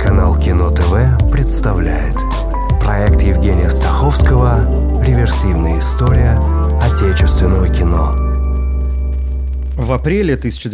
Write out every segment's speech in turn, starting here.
Телеканал Кино ТВ представляет проект Евгения Стаховского «Реверсивная история отечественного кино». В апреле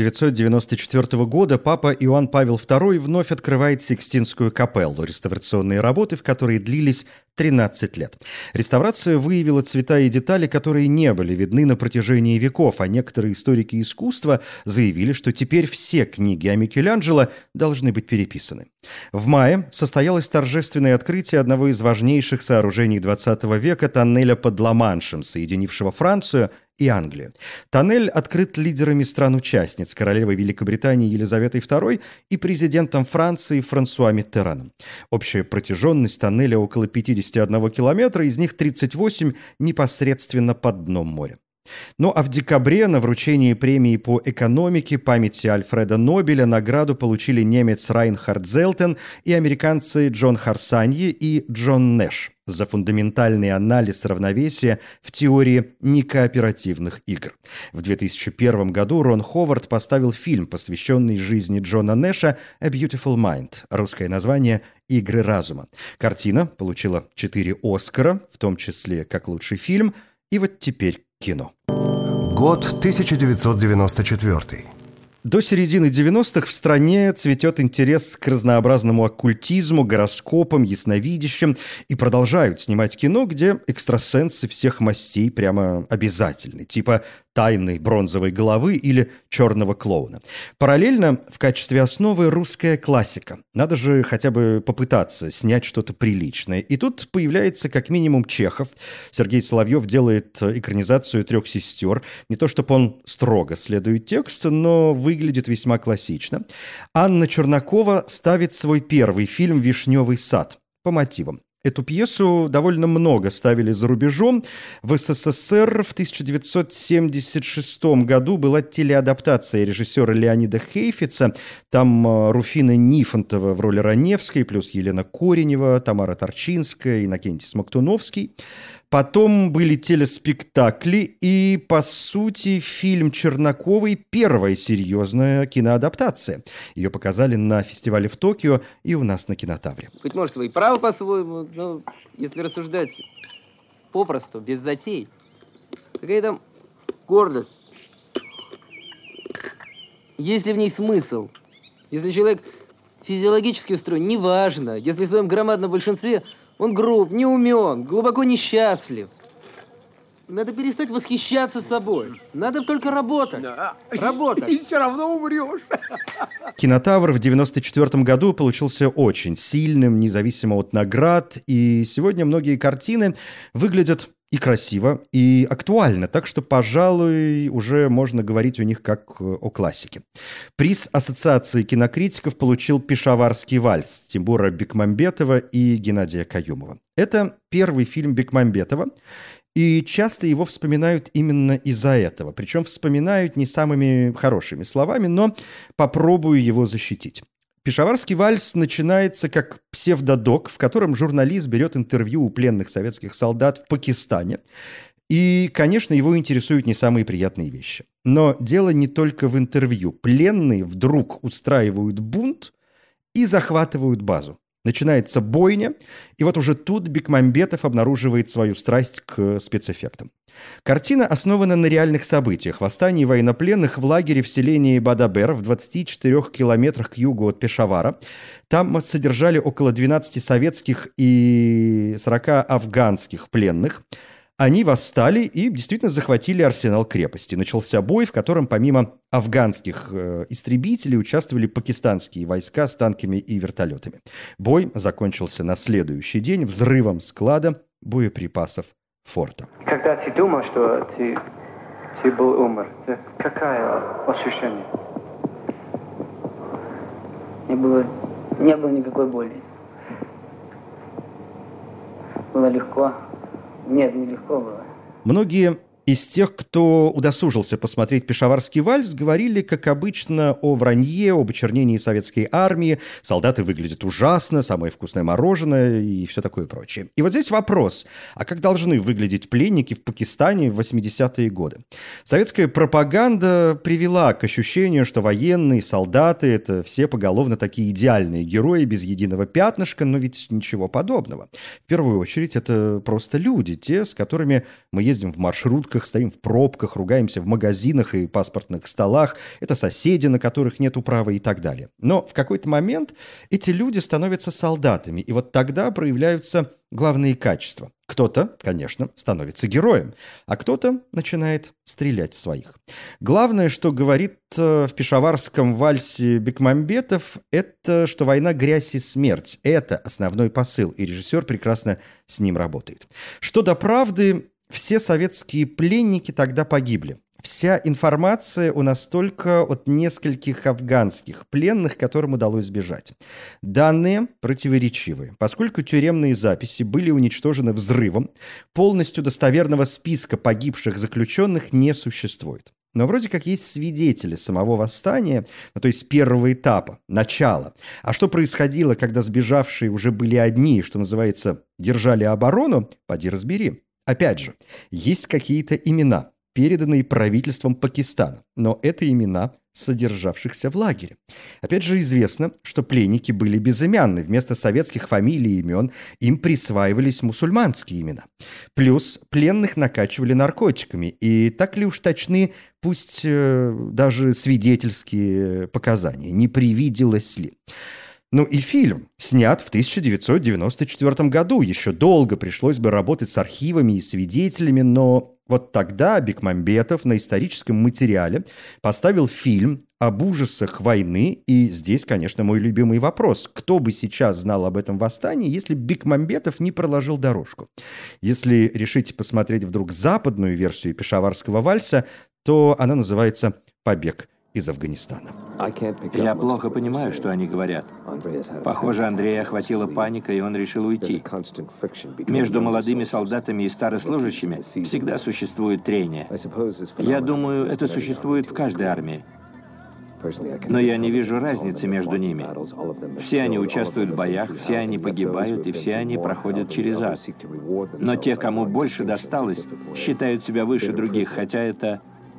1994 года папа Иоанн Павел II вновь открывает Сикстинскую капеллу, реставрационные работы в которой длились 13 лет. Реставрация выявила цвета и детали, которые не были видны на протяжении веков, а некоторые историки искусства заявили, что теперь все книги о Микеланджело должны быть переписаны. В мае состоялось торжественное открытие одного из важнейших сооружений XX века – тоннеля под Ла-Маншем, соединившего Францию и Англию. Тоннель открыт лидерами стран-участниц, королевой Великобритании Елизаветой II и президентом Франции Франсуа Миттераном. Общая протяженность тоннеля около 51 километра, из них 38 непосредственно под дном моря. Ну а в декабре на вручении премии по экономике памяти Альфреда Нобеля награду получили немец Райнхард Зелтен и американцы Джон Харсаньи и Джон Нэш за фундаментальный анализ равновесия в теории некооперативных игр. В 2001 году Рон Ховард поставил фильм, посвященный жизни Джона Нэша «A Beautiful Mind», русское название «Игры разума». Картина получила 4 Оскара, в том числе как лучший фильм, и вот теперь кино. Год 1994. До середины 90-х в стране цветет интерес к разнообразному оккультизму, гороскопам, ясновидящим, и продолжают снимать кино, где экстрасенсы всех мастей прямо обязательны, типа «Тайны бронзовой головы» или «Черного клоуна». Параллельно в качестве основы русская классика. Надо же хотя бы попытаться снять что-то приличное. И тут появляется как минимум Чехов. Сергей Соловьев делает экранизацию «Трех сестер». Не то чтобы он строго следует тексту, но выглядит весьма классично. Анна Чернакова ставит свой первый фильм «Вишневый сад» по мотивам. Эту пьесу довольно много ставили за рубежом. В СССР в 1976 году была телеадаптация режиссера Леонида Хейфица. Там Руфина Нифонтова в роли Раневской, плюс Елена Коренева, Тамара Торчинская, Иннокентий Смоктуновский. Потом были телеспектакли, и, по сути, фильм Чернаковой – первая серьезная киноадаптация. Ее показали на фестивале в Токио и у нас на Кинотавре. Быть может, вы и правы по-своему, но если рассуждать попросту, без затей, какая там гордость? Есть ли в ней смысл? Если человек физиологически устроен, неважно. Если в своем громадном большинстве он груб, не умен, глубоко несчастлив. Надо перестать восхищаться собой. Надо только работать. Да. Работать. И все равно умрешь. Кинотавр в 1994 году получился очень сильным, независимо от наград. И сегодня многие картины выглядят и красиво, и актуально, так что, пожалуй, уже можно говорить о них как о классике. Приз Ассоциации кинокритиков получил «Пешаварский вальс» Тимура Бекмамбетова и Геннадия Каюмова. Это первый фильм Бекмамбетова, и часто его вспоминают именно из-за этого. Причем вспоминают не самыми хорошими словами, но попробую его защитить. «Пешаварский вальс» начинается как псевдодок, в котором журналист берет интервью у пленных советских солдат в Пакистане. И, конечно, его интересуют не самые приятные вещи. Но дело не только в интервью. Пленные вдруг устраивают бунт и захватывают базу. Начинается бойня, и вот уже тут Бекмамбетов обнаруживает свою страсть к спецэффектам. Картина основана на реальных событиях. Восстание военнопленных в лагере в селении Бадабер в 24 километрах к югу от Пешавара. Там содержали около 12 советских и 40 афганских пленных. Они восстали и действительно захватили арсенал крепости. Начался бой, в котором помимо афганских истребителей участвовали пакистанские войска с танками и вертолетами. Бой закончился на следующий день взрывом склада боеприпасов форта. Когда ты думал, что ты был умер, какое ощущение? Не было никакой боли. Было легко. Нет, нелегко было. Многие Из тех, кто удосужился посмотреть «Пешаварский вальс», говорили, как обычно, о вранье, об очернении советской армии. Солдаты выглядят ужасно, самое вкусное мороженое и все такое прочее. И вот здесь вопрос, а как должны выглядеть пленники в Пакистане в 80-е годы? Советская пропаганда привела к ощущению, что военные, солдаты – это все поголовно такие идеальные герои без единого пятнышка, но ведь ничего подобного. В первую очередь, это просто люди, те, с которыми мы ездим в маршрутках, стоим в пробках, ругаемся в магазинах и паспортных столах. Это соседи, на которых нет управы и так далее. Но в какой-то момент эти люди становятся солдатами, и вот тогда проявляются главные качества. Кто-то, конечно, становится героем, а кто-то начинает стрелять в своих. Главное, что говорит в «Пешаварском вальсе» Бекмамбетов, это что война – грязь и смерть. Это основной посыл, и режиссер прекрасно с ним работает. Что до правды, все советские пленники тогда погибли. Вся информация у нас только от нескольких афганских пленных, которым удалось сбежать. Данные противоречивые. Поскольку тюремные записи были уничтожены взрывом, полностью достоверного списка погибших заключенных не существует. Но вроде как есть свидетели самого восстания, то есть первого этапа, начала. А что происходило, когда сбежавшие уже были одни, что называется, держали оборону, поди разбери. Опять же, есть какие-то имена, переданные правительством Пакистана, но это имена содержавшихся в лагере. Опять же, известно, что пленники были безымянны. Вместо советских фамилий и имен им присваивались мусульманские имена. Плюс пленных накачивали наркотиками. И так ли уж точны, пусть даже свидетельские показания, не привиделось ли? Ну и фильм снят в 1994 году. Еще долго пришлось бы работать с архивами и свидетелями, но вот тогда Бекмамбетов на историческом материале поставил фильм об ужасах войны. И здесь, конечно, мой любимый вопрос. Кто бы сейчас знал об этом восстании, если Бекмамбетов не проложил дорожку? Если решите посмотреть вдруг западную версию «Пешаварского вальса», то она называется «Побег из Афганистана». Я плохо понимаю, что они говорят. Похоже, Андрея охватила паника, и он решил уйти. Между молодыми солдатами и старослужащими всегда существует трение. Я думаю, это существует в каждой армии. Но я не вижу разницы между ними. Все они участвуют в боях, все они погибают, и все они проходят через ад. Но те, кому больше досталось, считают себя выше других, хотя это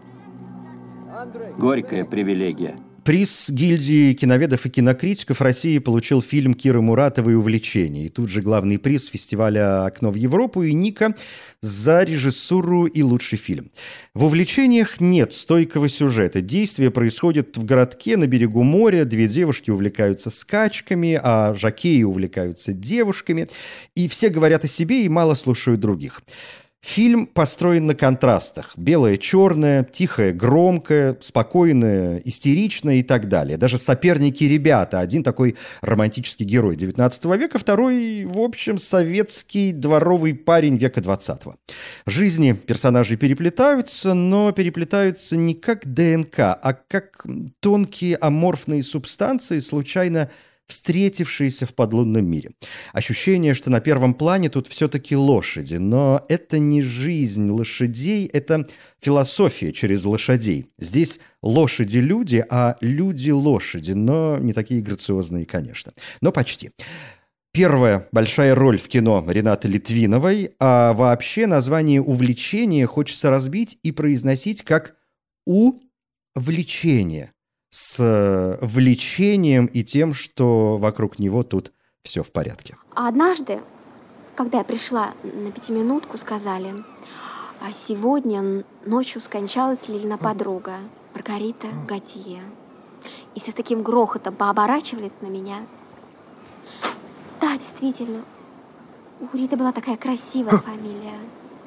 горькая привилегия. Приз гильдии киноведов и кинокритиков России получил фильм Киры Муратовой «Увлечение». И тут же главный приз фестиваля «Окно в Европу» и Ника за режиссуру и лучший фильм. В «Увлечениях» нет стойкого сюжета. Действие происходит в городке на берегу моря. Две девушки увлекаются скачками, а жокеи увлекаются девушками. И все говорят о себе и мало слушают других. Фильм построен на контрастах. Белое-черное, тихое-громкое, спокойное, истеричное и так далее. Даже соперники-ребята. Один такой романтический герой XIX века, второй, в общем, советский дворовый парень века XX. Жизни персонажей переплетаются, но переплетаются не как ДНК, а как тонкие аморфные субстанции, случайно встретившиеся в подлунном мире. Ощущение, что на первом плане тут все-таки лошади, но это не жизнь лошадей, это философия через лошадей. Здесь лошади-люди, а люди-лошади, но не такие грациозные, конечно. Но почти. Первая большая роль в кино Ренаты Литвиновой, а вообще название «Увлечение» хочется разбить и произносить как «у-влечение». С влечением и тем, что вокруг него тут все в порядке. А однажды, когда я пришла на 5-минутку, сказали: а сегодня ночью скончалась Лилина подруга Маргарита Готье. И все с таким грохотом пооборачивались на меня. Да, действительно, у Риты была такая красивая фамилия.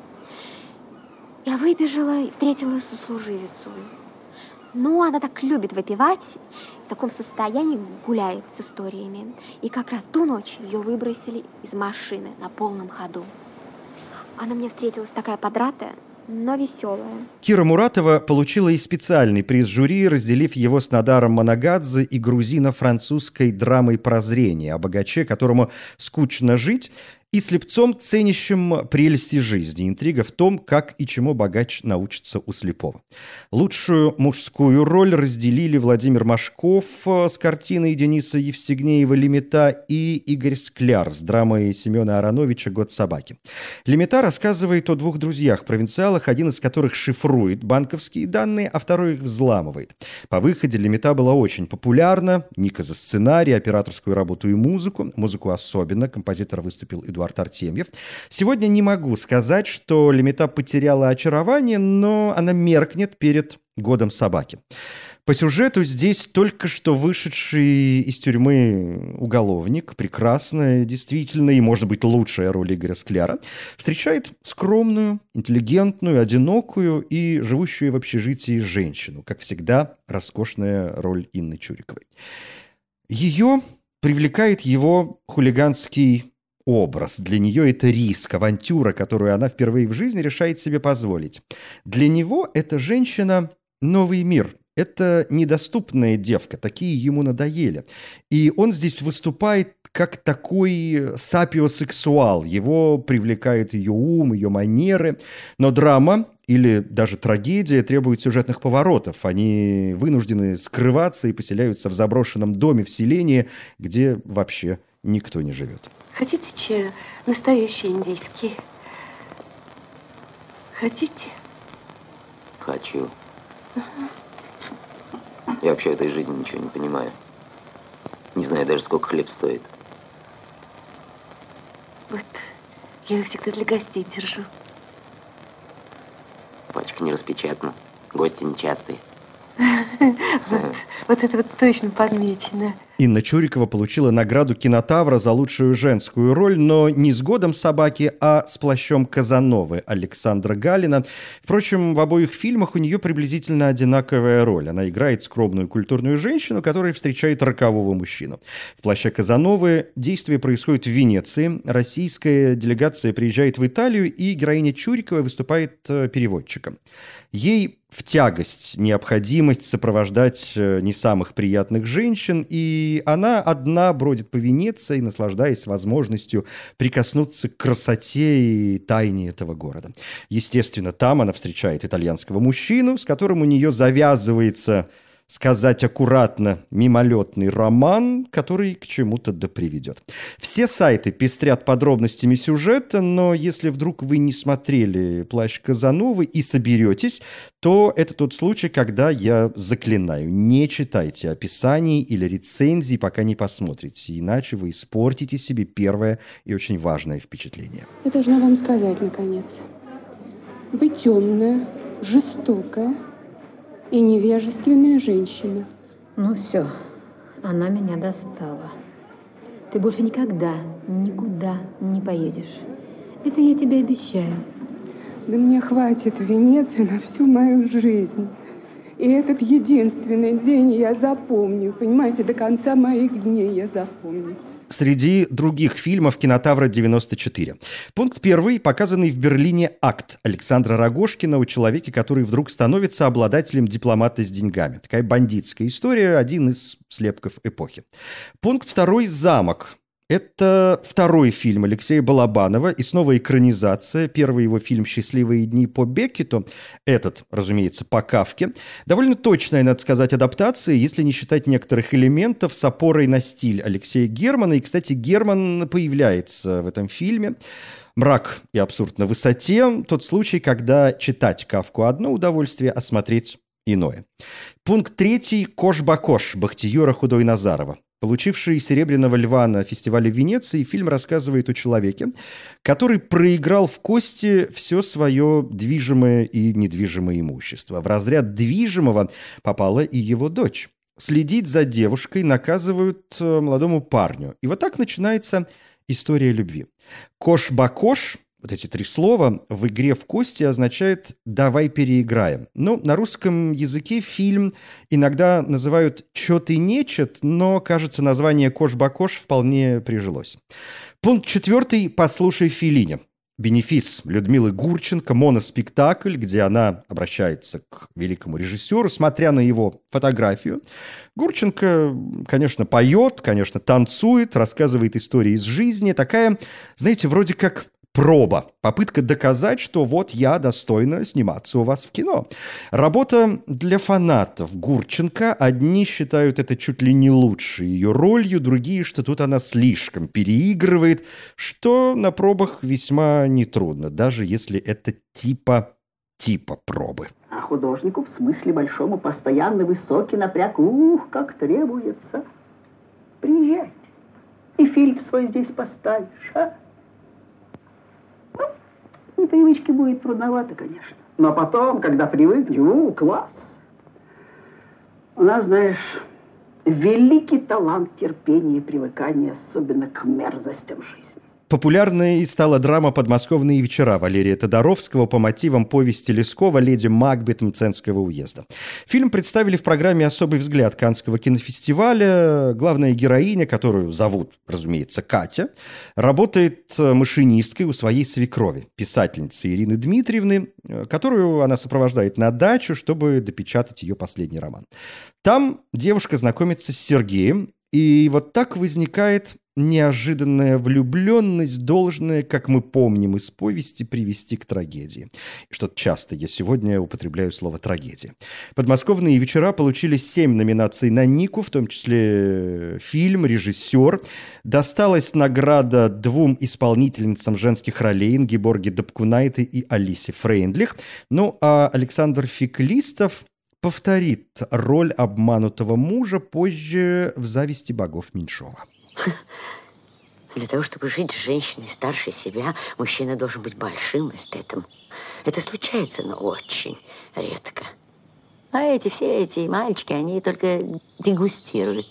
Я выбежала и встретила сослуживицу. Ну, она так любит выпивать, в таком состоянии гуляет с историями. И как раз ту ночь ее выбросили из машины на полном ходу. Она мне встретилась такая подратая, но веселая. Кира Муратова получила и специальный приз жюри, разделив его с Надаром Манагадзе и грузино-французской драмой «Прозрение» о богаче, которому скучно жить, и слепцом, ценящим прелести жизни. Интрига в том, как и чему богач научится у слепого. Лучшую мужскую роль разделили Владимир Машков с картиной Дениса Евстигнеева «Лемита» и Игорь Скляр с драмой Семена Ароновича «Год собаки». «Лемита» рассказывает о двух друзьях-провинциалах, один из которых шифрует банковские данные, а второй их взламывает. По выходе «Лемита» была очень популярна. Ника за сценарий, операторскую работу и музыку. Музыку особенно. Композитор выступил Эдуард Артемьев. Сегодня не могу сказать, что «Лемита» потеряла очарование, но она меркнет перед «Годом собаки». По сюжету здесь только что вышедший из тюрьмы уголовник, прекрасная, действительно, и, может быть, лучшая роль Игоря Скляра, встречает скромную, интеллигентную, одинокую и живущую в общежитии женщину. Как всегда, роскошная роль Инны Чуриковой. Ее привлекает его хулиганский образ. Для нее это риск, авантюра, которую она впервые в жизни решает себе позволить. Для него эта женщина – новый мир. Это недоступная девка, такие ему надоели. И он здесь выступает как такой сапиосексуал. Его привлекает ее ум, ее манеры. Но драма или даже трагедия требует сюжетных поворотов. Они вынуждены скрываться и поселяются в заброшенном доме в селении, где вообще никто не живет. Хотите чай настоящий индийский? Хотите? Хочу. Я вообще в этой жизни ничего не понимаю. Не знаю даже, сколько хлеб стоит. Вот, я его всегда для гостей держу. Пачка не распечатана. Гости нечастые. Вот это вот точно подмечено. Инна Чурикова получила награду «Кинотавра» за лучшую женскую роль, но не с «Годом собаки», а с «Плащом Казановы» Александра Галина. Впрочем, в обоих фильмах у нее приблизительно одинаковая роль. Она играет скромную культурную женщину, которая встречает рокового мужчину. В «Плаще Казановы» действие происходит в Венеции. Российская делегация приезжает в Италию, и героиня Чурикова выступает переводчиком. Ей в тягость необходимость сопровождать не самых приятных женщин, и она одна бродит по Венеции, наслаждаясь возможностью прикоснуться к красоте и тайне этого города. Естественно, там она встречает итальянского мужчину, с которым у нее завязывается, сказать аккуратно, мимолетный роман, который к чему-то да приведет. Все сайты пестрят подробностями сюжета, но если вдруг вы не смотрели «Плащ Казановы» и соберетесь, то это тот случай, когда я заклинаю: не читайте описаний или рецензий, пока не посмотрите, иначе вы испортите себе первое и очень важное впечатление. Я должна вам сказать, наконец. Вы темная, жестокая и невежественная женщина. Ну все, она меня достала. Ты больше никогда, никуда не поедешь. Это я тебе обещаю. Да мне хватит Венеции на всю мою жизнь. И этот единственный день я запомню. Понимаете, до конца моих дней я запомню. Среди других фильмов «Кинотавра» 94. Пункт 1, показанный в Берлине акт Александра Рогожкина о человеке, который вдруг становится обладателем дипломата с деньгами. Такая бандитская история, один из слепков эпохи. Пункт 2, «Замок». Это второй фильм Алексея Балабанова и снова экранизация. Первый его фильм «Счастливые дни» по Беккету. Этот, разумеется, по Кафке. Довольно точная, надо сказать, адаптация, если не считать некоторых элементов с опорой на стиль Алексея Германа. И, кстати, Герман появляется в этом фильме. Мрак и абсурд на высоте. Тот случай, когда читать Кафку одно удовольствие, а смотреть иное. Пункт 3, «Кош-бакош» Бахтиера Худой-Назарова. Получивший «Серебряного льва» на фестивале в Венеции, фильм рассказывает о человеке, который проиграл в кости все свое движимое и недвижимое имущество. В разряд движимого попала и его дочь. Следить за девушкой наказывают молодому парню. И вот так начинается история любви. «Кош-бакош», вот эти три слова, в игре в кости означает «давай переиграем». Ну, на русском языке фильм иногда называют «чё ты нечет», но, кажется, название «Кош-бакош» вполне прижилось. Пункт 4, «Послушай Феллини». бенефис Людмилы Гурченко, моноспектакль, где она обращается к великому режиссеру, смотря на его фотографию. Гурченко, конечно, поет, конечно, танцует, рассказывает истории из жизни. Такая, знаете, вроде как проба, попытка доказать, что вот я достойна сниматься у вас в кино. Работа для фанатов Гурченко. Одни считают это чуть ли не лучшей ее ролью, другие, что тут она слишком переигрывает, что на пробах весьма нетрудно, даже если это типа пробы. А художнику в смысле большому постоянно высокий напряг, как требуется. Приезжайте, и фильм свой здесь поставишь, а? Непривычки будет трудновато, конечно. Но потом, когда привыкнешь, класс. У нас, знаешь, великий талант терпения и привыкания, особенно к мерзостям жизни. Популярной стала драма «Подмосковные вечера» Валерия Тодоровского по мотивам повести Лескова «Леди Макбет Мценского уезда». Фильм представили в программе «Особый взгляд» Каннского кинофестиваля. Главная героиня, которую зовут, разумеется, Катя, работает машинисткой у своей свекрови, писательницы Ирины Дмитриевны, которую она сопровождает на дачу, чтобы допечатать ее последний роман. Там девушка знакомится с Сергеем, и вот так возникает неожиданная влюбленность, должная, как мы помним из повести, привести к трагедии. Что-то часто я сегодня употребляю слово «трагедия». «Подмосковные вечера» получили 7 номинаций на Нику, в том числе фильм, режиссер. Досталась награда 2 исполнительницам женских ролей Ингеборге Дапкунайте и Алисе Фрейндлих. Ну, а Александр Феклистов повторит роль обманутого мужа позже в «Зависти богов» Меньшова. Для того, чтобы жить с женщиной старше себя, мужчина должен быть большим эстетом. Это случается, но очень редко. А все эти мальчики, они только дегустируют.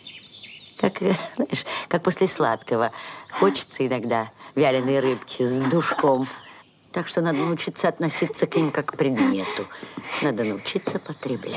Как, знаешь, как после сладкого. Хочется иногда вяленой рыбки с душком. Так что надо научиться относиться к ним как к предмету. Надо научиться потреблять.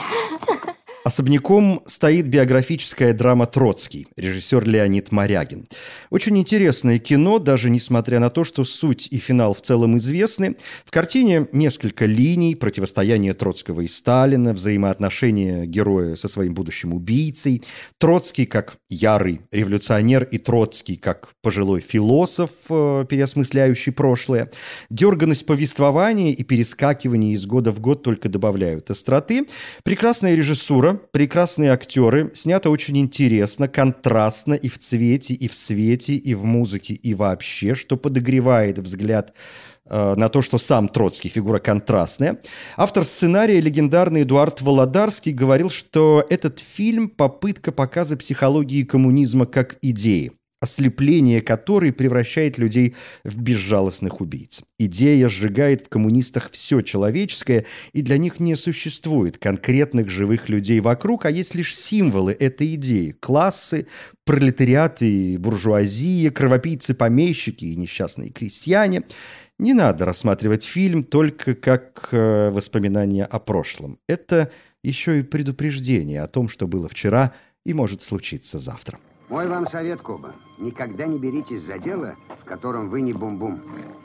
Особняком стоит биографическая драма «Троцкий», режиссер Леонид Морягин. Очень интересное кино, даже несмотря на то, что суть и финал в целом известны. В картине несколько линий: противостояние Троцкого и Сталина, взаимоотношения героя со своим будущим убийцей, Троцкий как ярый революционер и Троцкий как пожилой философ, переосмысляющий прошлое. Дерганность повествования и перескакивание из года в год только добавляют остроты. Прекрасная режиссура, прекрасные актеры, снято очень интересно, контрастно и в цвете, и в свете, и в музыке, и вообще, что подогревает взгляд на то, что сам Троцкий фигура контрастная. Автор сценария, легендарный Эдуард Володарский, говорил, что этот фильм – попытка показа психологии коммунизма как идеи, ослепление которой превращает людей в безжалостных убийц. Идея сжигает в коммунистах все человеческое, и для них не существует конкретных живых людей вокруг, а есть лишь символы этой идеи – классы, пролетариат и буржуазия, кровопийцы-помещики и несчастные крестьяне. Не надо рассматривать фильм только как воспоминание о прошлом. Это еще и предупреждение о том, что было вчера и может случиться завтра. Мой вам совет, Коба. Никогда не беритесь за дело, в котором вы не бум-бум.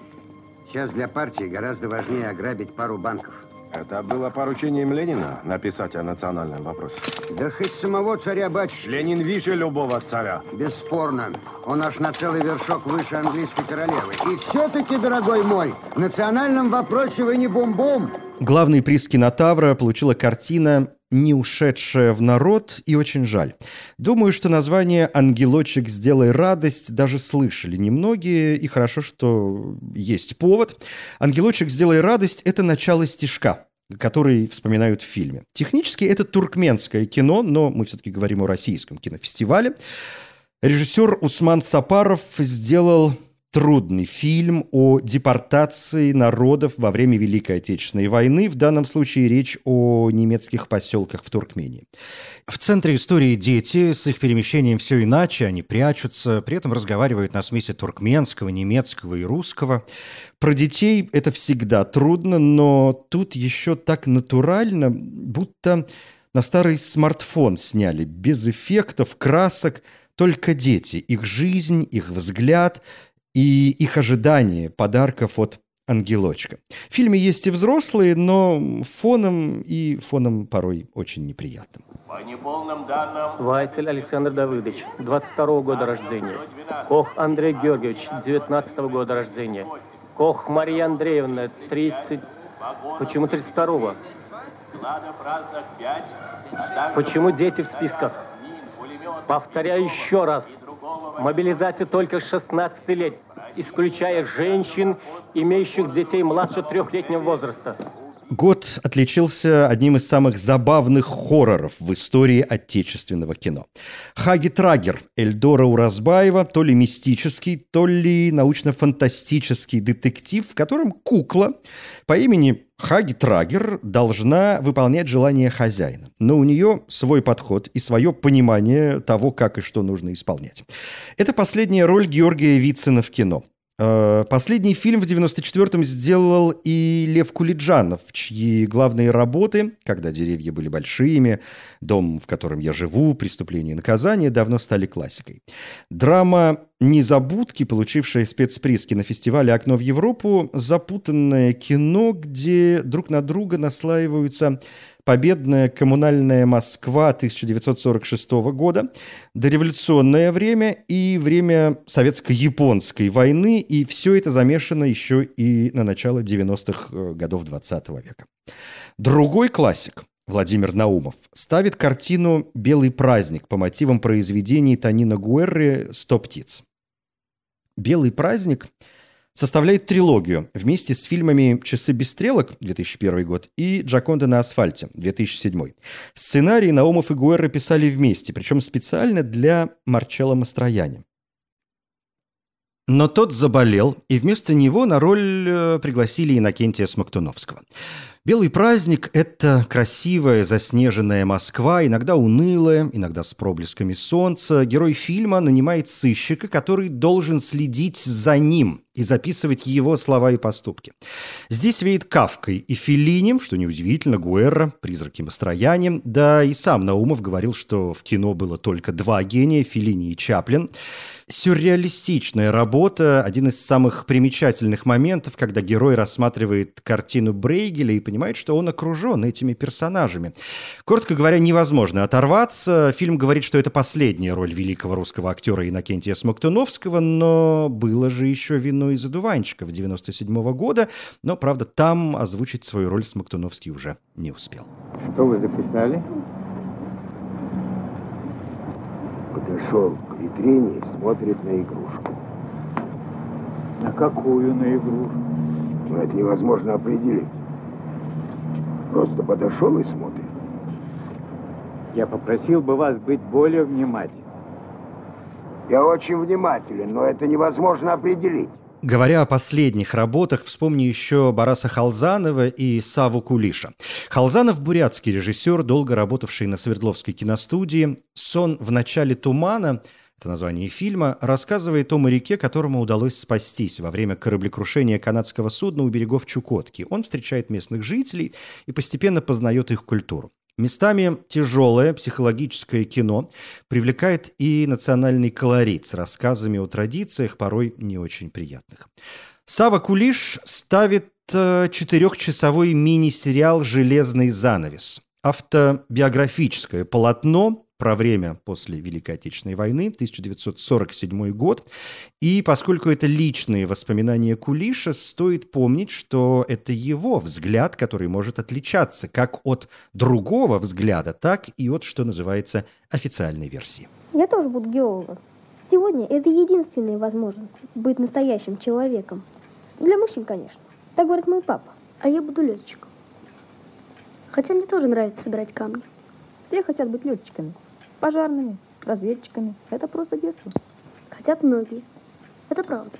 Сейчас для партии гораздо важнее ограбить пару банков. Это было поручением Ленина написать о национальном вопросе. Да хоть самого царя-батюшки. Ленин выше любого царя. Бесспорно. Он аж на целый вершок выше английской королевы. И все-таки, дорогой мой, в национальном вопросе вы не бум-бум. Главный приз «Кинотавра» получила картина «Не ушедшая в народ», и очень жаль. Думаю, что название «Ангелочек, сделай радость» даже слышали немногие, и хорошо, что есть повод. «Ангелочек, сделай радость» — это начало стишка, который вспоминают в фильме. Технически это туркменское кино, но мы все-таки говорим о российском кинофестивале. Режиссер Усман Сапаров сделал трудный фильм о депортации народов во время Великой Отечественной войны. В данном случае речь о немецких поселках в Туркмении. В центре истории дети. С их перемещением все иначе. Они прячутся, при этом разговаривают на смеси туркменского, немецкого и русского. Про детей это всегда трудно, но тут еще так натурально, будто на старый смартфон сняли, без эффектов, красок, только дети, их жизнь, их взгляд. и их ожидание подарков от ангелочка. В фильме есть и взрослые, но фоном порой очень неприятным. По неполным данным... Вайцель Александр Давыдович, 22-го года рождения. Кох Андрей Георгиевич, 19-го года рождения. Кох Мария Андреевна, 30... Почему 32-го? Почему дети в списках? Повторяю еще раз. Мобилизация только с 16 лет, исключая женщин, имеющих детей младше 3-летнего возраста. Год отличился одним из самых забавных хорроров в истории отечественного кино. Хаги Трагер Эльдора Уразбаева, то ли мистический, то ли научно-фантастический детектив, в котором кукла по имени Хаги Трагер должна выполнять желания хозяина. Но у нее свой подход и свое понимание того, как и что нужно исполнять. Это последняя роль Георгия Вицина в кино. Последний фильм в 1994-м сделал и Лев Кулиджанов, чьи главные работы «Когда деревья были большими», «Дом, в котором я живу», «Преступление и наказание» давно стали классикой. Драма «Незабудки», получившая спецприз на фестивале «Окно в Европу», запутанное кино, где друг на друга наслаиваются победная коммунальная Москва 1946 года, дореволюционное время и время советско-японской войны, и все это замешано еще и на начало 90-х годов 20 века. Другой классик, Владимир Наумов, ставит картину «Белый праздник» по мотивам произведений Тонино Гуэрри «100 птиц». «Белый праздник» составляет трилогию вместе с фильмами «Часы без стрелок» 2001 год и «Джоконда на асфальте» 2007. Сценарий Наумов и Гуэрри писали вместе, причем специально для Марчелло Мастроянни. Но тот заболел, и вместо него на роль пригласили Иннокентия Смоктуновского. «Белый праздник» — это красивая заснеженная Москва, иногда унылая, иногда с проблесками солнца. Герой фильма нанимает сыщика, который должен следить за ним и записывать его слова и поступки. Здесь веет Кафкой и Феллини, что неудивительно, Гуэрра, «Призраки Мастроянни». Да и сам Наумов говорил, что в кино было только два гения — Феллини и Чаплин. Сюрреалистичная работа, один из самых примечательных моментов, когда герой рассматривает картину Брейгеля и понимает, что он окружен этими персонажами. Коротко говоря, невозможно оторваться. Фильм говорит, что это последняя роль великого русского актера Иннокентия Смоктуновского, но было же еще «Вино из одуванчиков» 1997 года, но, правда, там озвучить свою роль Смоктуновский уже не успел. Что вы записали? Подошел к витрине и смотрит на игрушку. На какую на игрушку? Но это невозможно определить. Просто подошел и смотрит. Я попросил бы вас быть более внимательным. Я очень внимателен, но это невозможно определить. Говоря о последних работах, вспомни еще Бараса Халзанова и Саву Кулиша. Халзанов – бурятский режиссер, долго работавший на Свердловской киностудии. «Сон в начале тумана» – это название фильма, рассказывает о моряке, которому удалось спастись во время кораблекрушения канадского судна у берегов Чукотки. Он встречает местных жителей и постепенно познает их культуру. Местами тяжелое психологическое кино привлекает и национальный колорит с рассказами о традициях, порой не очень приятных. Сава Кулиш ставит 4-часовой мини-сериал «Железный занавес». Автобиографическое полотно про время после Великой Отечественной войны, 1947 год. И поскольку это личные воспоминания Кулиша, стоит помнить, что это его взгляд, который может отличаться как от другого взгляда, так и от, что называется, официальной версии. Я тоже буду геологом. Сегодня это единственная возможность быть настоящим человеком. Для мужчин, конечно. Так говорит мой папа. А я буду летчиком. Хотя мне тоже нравится собирать камни. Все хотят быть летчиками. Пожарными, разведчиками. Это просто детство. Хотят многие. Это правда.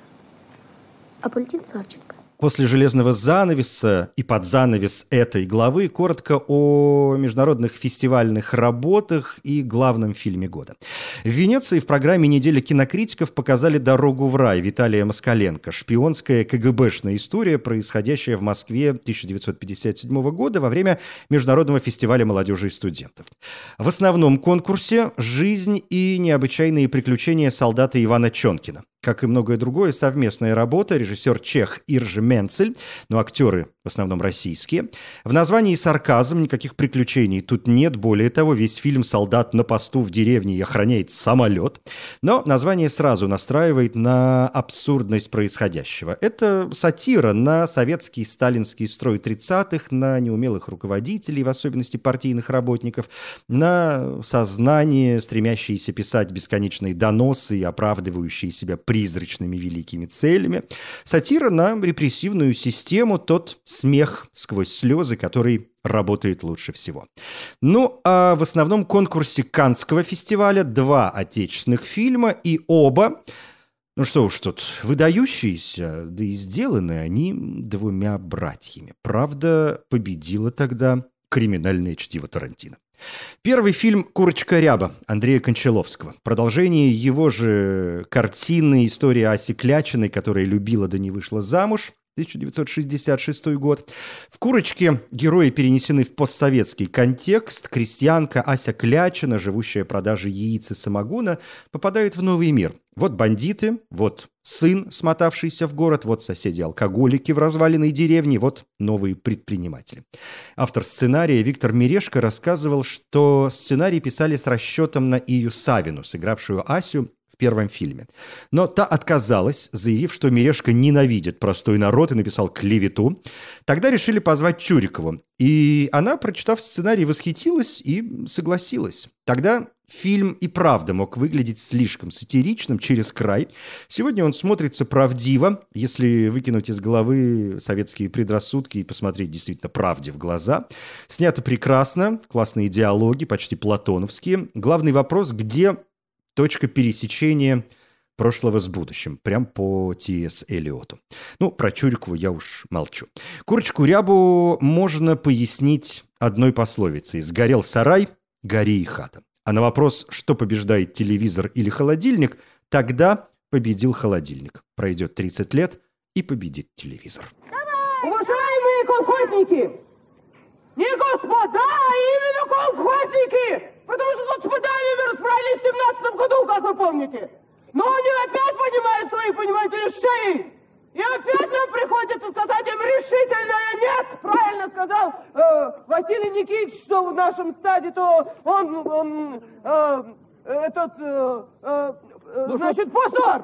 А полетит Савченко. После «Железного занавеса» и под занавес этой главы коротко о международных фестивальных работах и главном фильме года. В Венеции в программе «Неделя кинокритиков» показали «Дорогу в рай» Виталия Москаленко. Шпионская КГБшная история, происходящая в Москве 1957 года во время Международного фестиваля молодежи и студентов. В основном конкурсе «Жизнь и необычайные приключения солдата Ивана Чонкина». как и многое другое, совместная работа. Режиссер чех Иржи Менцель, но актеры в основном российские. В названии сарказм, никаких приключений тут нет. Более того, весь фильм «Солдат на посту в деревне и охраняет самолет». Но название сразу настраивает на абсурдность происходящего. Это сатира на советский сталинский строй 30-х, на неумелых руководителей, в особенности партийных работников, на сознание, стремящееся писать бесконечные доносы и оправдывающие себя призрачными великими целями. Сатира на репрессивную систему, тот смех сквозь слезы, который работает лучше всего. Ну, а в основном конкурсе Каннского фестиваля 2 отечественных фильма, и оба, ну что уж тут, выдающиеся, да и сделаны они 2 братьями. Правда, победило тогда «Криминальное чтиво» Тарантино. Первый фильм «Курочка Ряба» Андрея Кончаловского. Продолжение его же картины «История Аси Клячиной», которая любила да не вышла замуж, 1966 год. В «Курочке» герои перенесены в постсоветский контекст. Крестьянка Ася Клячина, живущая продажей яиц и самогона, попадает в новый мир. Вот бандиты, вот сын, смотавшийся в город, вот соседи-алкоголики в разваленной деревне, вот новые предприниматели. Автор сценария Виктор Мирешко рассказывал, что сценарий писали с расчетом на Ию Савину, сыгравшую Асю в первом фильме. Но та отказалась, заявив, что Мирешко ненавидит простой народ и написал клевету. Тогда решили позвать Чурикову. И она, прочитав сценарий, восхитилась и согласилась. Тогда фильм и правда мог выглядеть слишком сатиричным, через край. Сегодня он смотрится правдиво, если выкинуть из головы советские предрассудки и посмотреть действительно правде в глаза. Снято прекрасно, классные диалоги, почти платоновские. Главный вопрос, где точка пересечения прошлого с будущим, прям по Т.С. Элиоту. Ну, про Чурикову я уж молчу. «Курочку Рябу» можно пояснить одной пословицей: «Сгорел сарай, гори и хата». А на вопрос, что побеждает, телевизор или холодильник, тогда победил холодильник. Пройдет 30 лет, и победит телевизор. Уважаемые колхозники! Не господа, а именно колхозники! Потому что господами мы расправились в 17 году, как вы помните. Но они опять поднимают своих, понимаете, шеи. И опять нам приходится сказать им решительное «нет». Правильно сказал Василий Никитич, что в нашем стаде, то он значит, позор!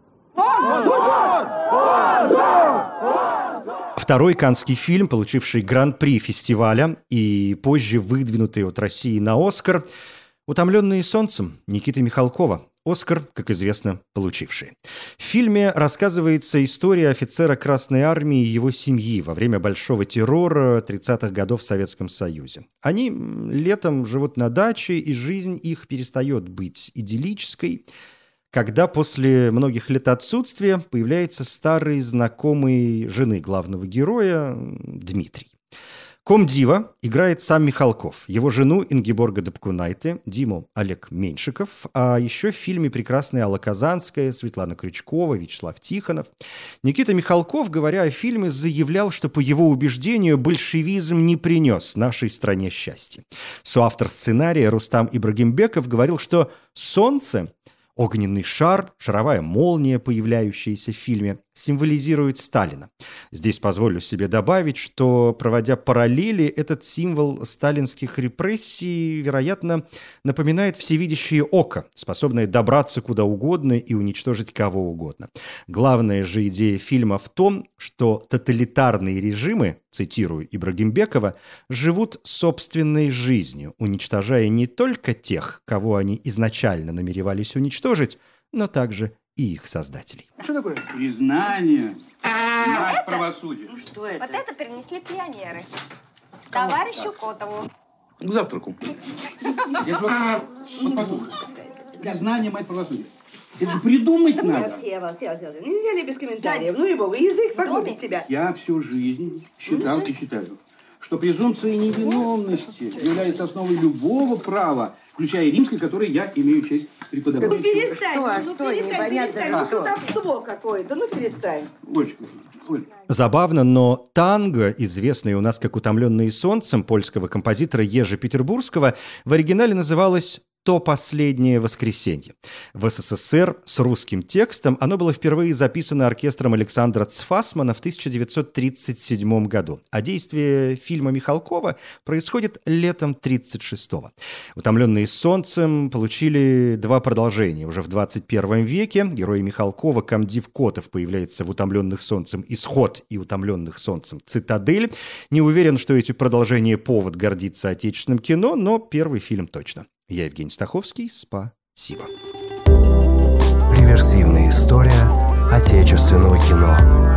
Второй каннский фильм, получивший гран-при фестиваля и позже выдвинутый от России на «Оскар», «Утомленные солнцем» Никиты Михалкова. «Оскар», как известно, получивший. В фильме рассказывается история офицера Красной Армии и его семьи во время большого террора 30-х годов в Советском Союзе. Они летом живут на даче, и жизнь их перестает быть идиллической, когда после многих лет отсутствия появляется старый знакомый жены главного героя Дмитрий. Комдива играет сам Михалков, его жену Ингеборга Дапкунайте, Диму Олег Меньшиков, а еще в фильме прекрасная Алла Казанская, Светлана Крючкова, Вячеслав Тихонов. Никита Михалков, говоря о фильме, заявлял, что, по его убеждению, большевизм не принес нашей стране счастья. Соавтор сценария Рустам Ибрагимбеков говорил, что «Солнце», огненный шар, шаровая молния, появляющаяся в фильме, символизирует Сталина. Здесь позволю себе добавить, что, проводя параллели, этот символ сталинских репрессий, вероятно, напоминает всевидящее око, способное добраться куда угодно и уничтожить кого угодно. Главная же идея фильма в том, что тоталитарные режимы, цитирую Ибрагимбекова, живут собственной жизнью, уничтожая не только тех, кого они изначально намеревались уничтожить, но также и их создателей. Что такое? Признание. Мать правосудия. Что это? Вот это принесли пионеры. Товарищу Котову. К завтраку. Признание, мать правосудия. Это же придумать надо. Села. Нельзя ли без комментариев? Ну и богу, язык погубит тебя. Я всю жизнь считал и считаю, что презумпция невиновности является основой любого права, включая римское, которое я имею честь преподавать. Ну перестань, перестань. Ну шутовство какое-то, ну перестань. Олечка. Забавно, но танго, известное у нас как «Утомленные солнцем» польского композитора Ежи Петербургского, в оригинале называлось «То последнее воскресенье». В СССР с русским текстом оно было впервые записано оркестром Александра Цфасмана в 1937 году, а действие фильма Михалкова происходит летом 1936-го. «Утомленные солнцем» получили 2 продолжения. Уже в 21 веке герой Михалкова комдив Котов появляется в «Утомленных солнцем» «Исход» и «Утомленных солнцем» «Цитадель». Не уверен, что эти продолжения повод гордиться отечественным кино, но первый фильм точно. Я Евгений Стаховский. Спасибо. Реверсивная история отечественного кино.